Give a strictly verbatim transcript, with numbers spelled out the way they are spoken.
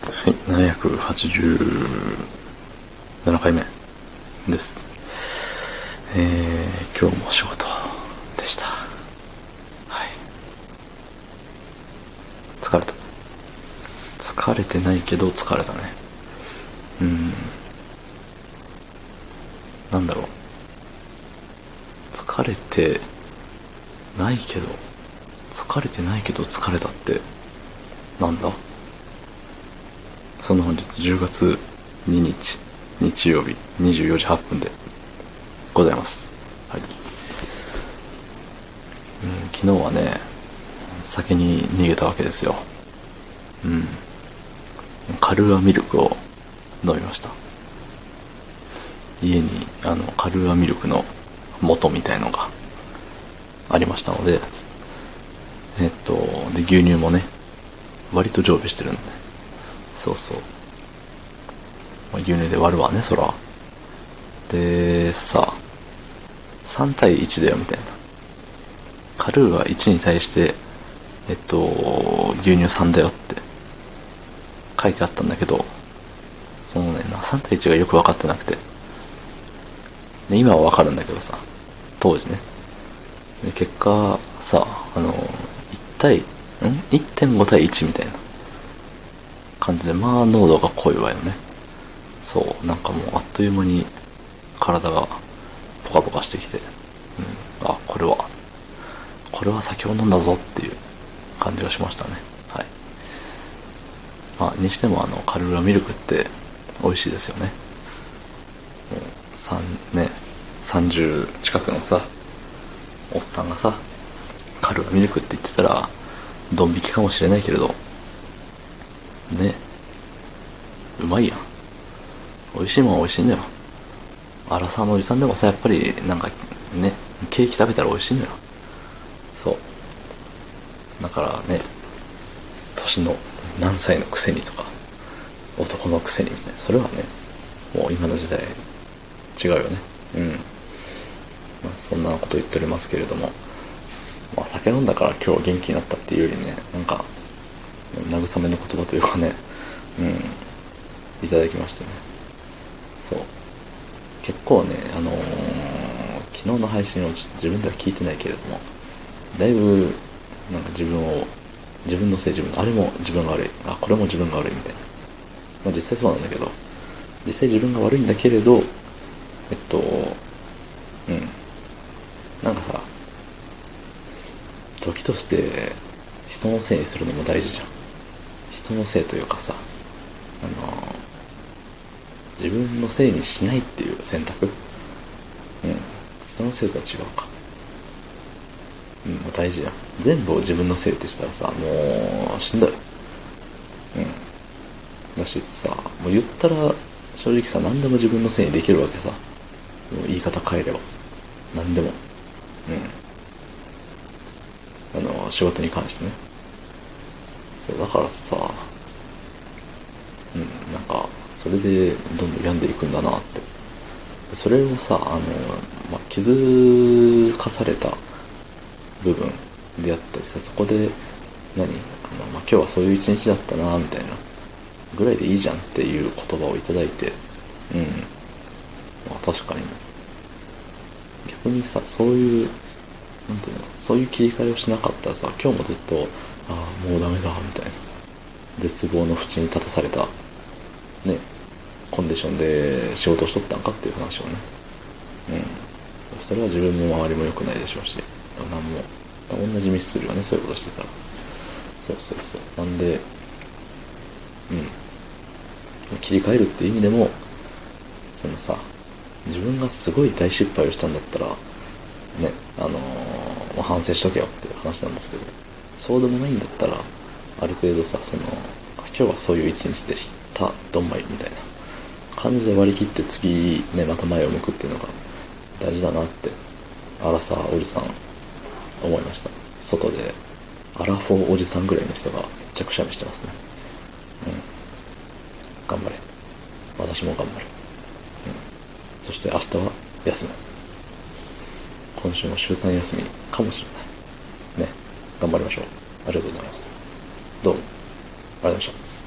はい、ななひゃくはちじゅうななかいめです。えー、今日も仕事でした。はい。疲れた。疲れてないけど疲れたね。うん。なんだろう。疲れてないけど、疲れてないけど疲れたって、なんだ。その本日じゅうがつににち日曜日にじゅうよじはっぷんでございます。はい。うん、昨日はね、酒に逃げたわけですよ。うん。カルーアミルクを飲みました。家にあのカルーアミルクの素みたいのがありましたので、えっとで牛乳もね割と常備してるんで、そうそう、まあ、牛乳で割るわね、そら。でさ、さんたいいちだよみたいな。カルーはいちに対してえっと牛乳さんだよって書いてあったんだけど、そのねさんたいいちがよく分かってなくて、で今は分かるんだけどさ、当時ね。で結果さ、あのいち対ん いってんご 対いちみたいな感じで、まあ濃度が濃いわよね。そう、なんかもうあっという間に体がポカポカしてきて、うん、あ、これはこれは酒を飲んだぞっていう感じがしましたね。はい。まあにしてもあのカルーアミルクって美味しいですよね。もうさんねさんじゅう近くのさおっさんがさ、カルーアミルクって言ってたらドン引きかもしれないけれどね、うまいやん。美味しいもんは美味しいんだよ。アラサーのおじさんでもさ、やっぱりなんかね、ケーキ食べたら美味しいんだよ。そうだからね、年の何歳のくせにとか男のくせにみたいな、それはねもう今の時代違うよね。うん。まあ、そんなこと言っておりますけれども、まあ、酒飲んだから今日元気になったっていうよりね、なんか慰めの言葉というかね、うん、いただきましてね。そう、結構ね、あのー、昨日の配信をちょっと自分では聞いてないけれども、だいぶなんか自分を自分のせい、自分あれも自分が悪い、あこれも自分が悪いみたいな、まあ実際そうなんだけど、実際自分が悪いんだけれど、えっとうんなんかさ、時として人のせいにするのも大事じゃん。人のせいというかさ、あのー、自分のせいにしないっていう選択、うん、人のせいとは違うか、うん、もう大事じゃん。全部を自分のせいってしたらさ、もうしんどい。うんだしさ、もう言ったら正直さ、何でも自分のせいにできるわけさ。もう言い方変えれば何でも、うん、あの仕事に関してね。そうだからさ、うん、なんかそれでどんどん病んでいくんだなって。それをさ、あの、まあ、気づかされた部分であったりさ、そこで何あの、まあ、今日はそういう一日だったなみたいなぐらいでいいじゃんっていう言葉をいただいて、うん、まあ確かに逆にさ、そういうなんていうの、そういう切り替えをしなかったらさ、今日もずっとああもうダメだみたいな絶望の淵に立たされたねコンディションで仕事をしとったんかっていう話をね、うん、それは自分も周りも良くないでしょうし、何も同じミスするよね、そういうことしてたら。そうそうそう、なんでうん切り替えるっていう意味でも、そのさ、自分がすごい大失敗をしたんだったらね、あのーまあ、反省しとけよっていう話なんですけど、そうでもないんだったらある程度さ、その今日はそういう一日でしたどんまいみたいな感じで割り切って次ねまた前を向くっていうのが大事だなって、アラサーおじさん思いました。外でアラフォーおじさんぐらいの人がめっちゃくしゃみしてますね。うん、頑張れ、私も頑張る、うん、そして明日は休む。今週も週さん休みかもしれないね。頑張りましょう。ありがとうございます。どうもありがとうございました。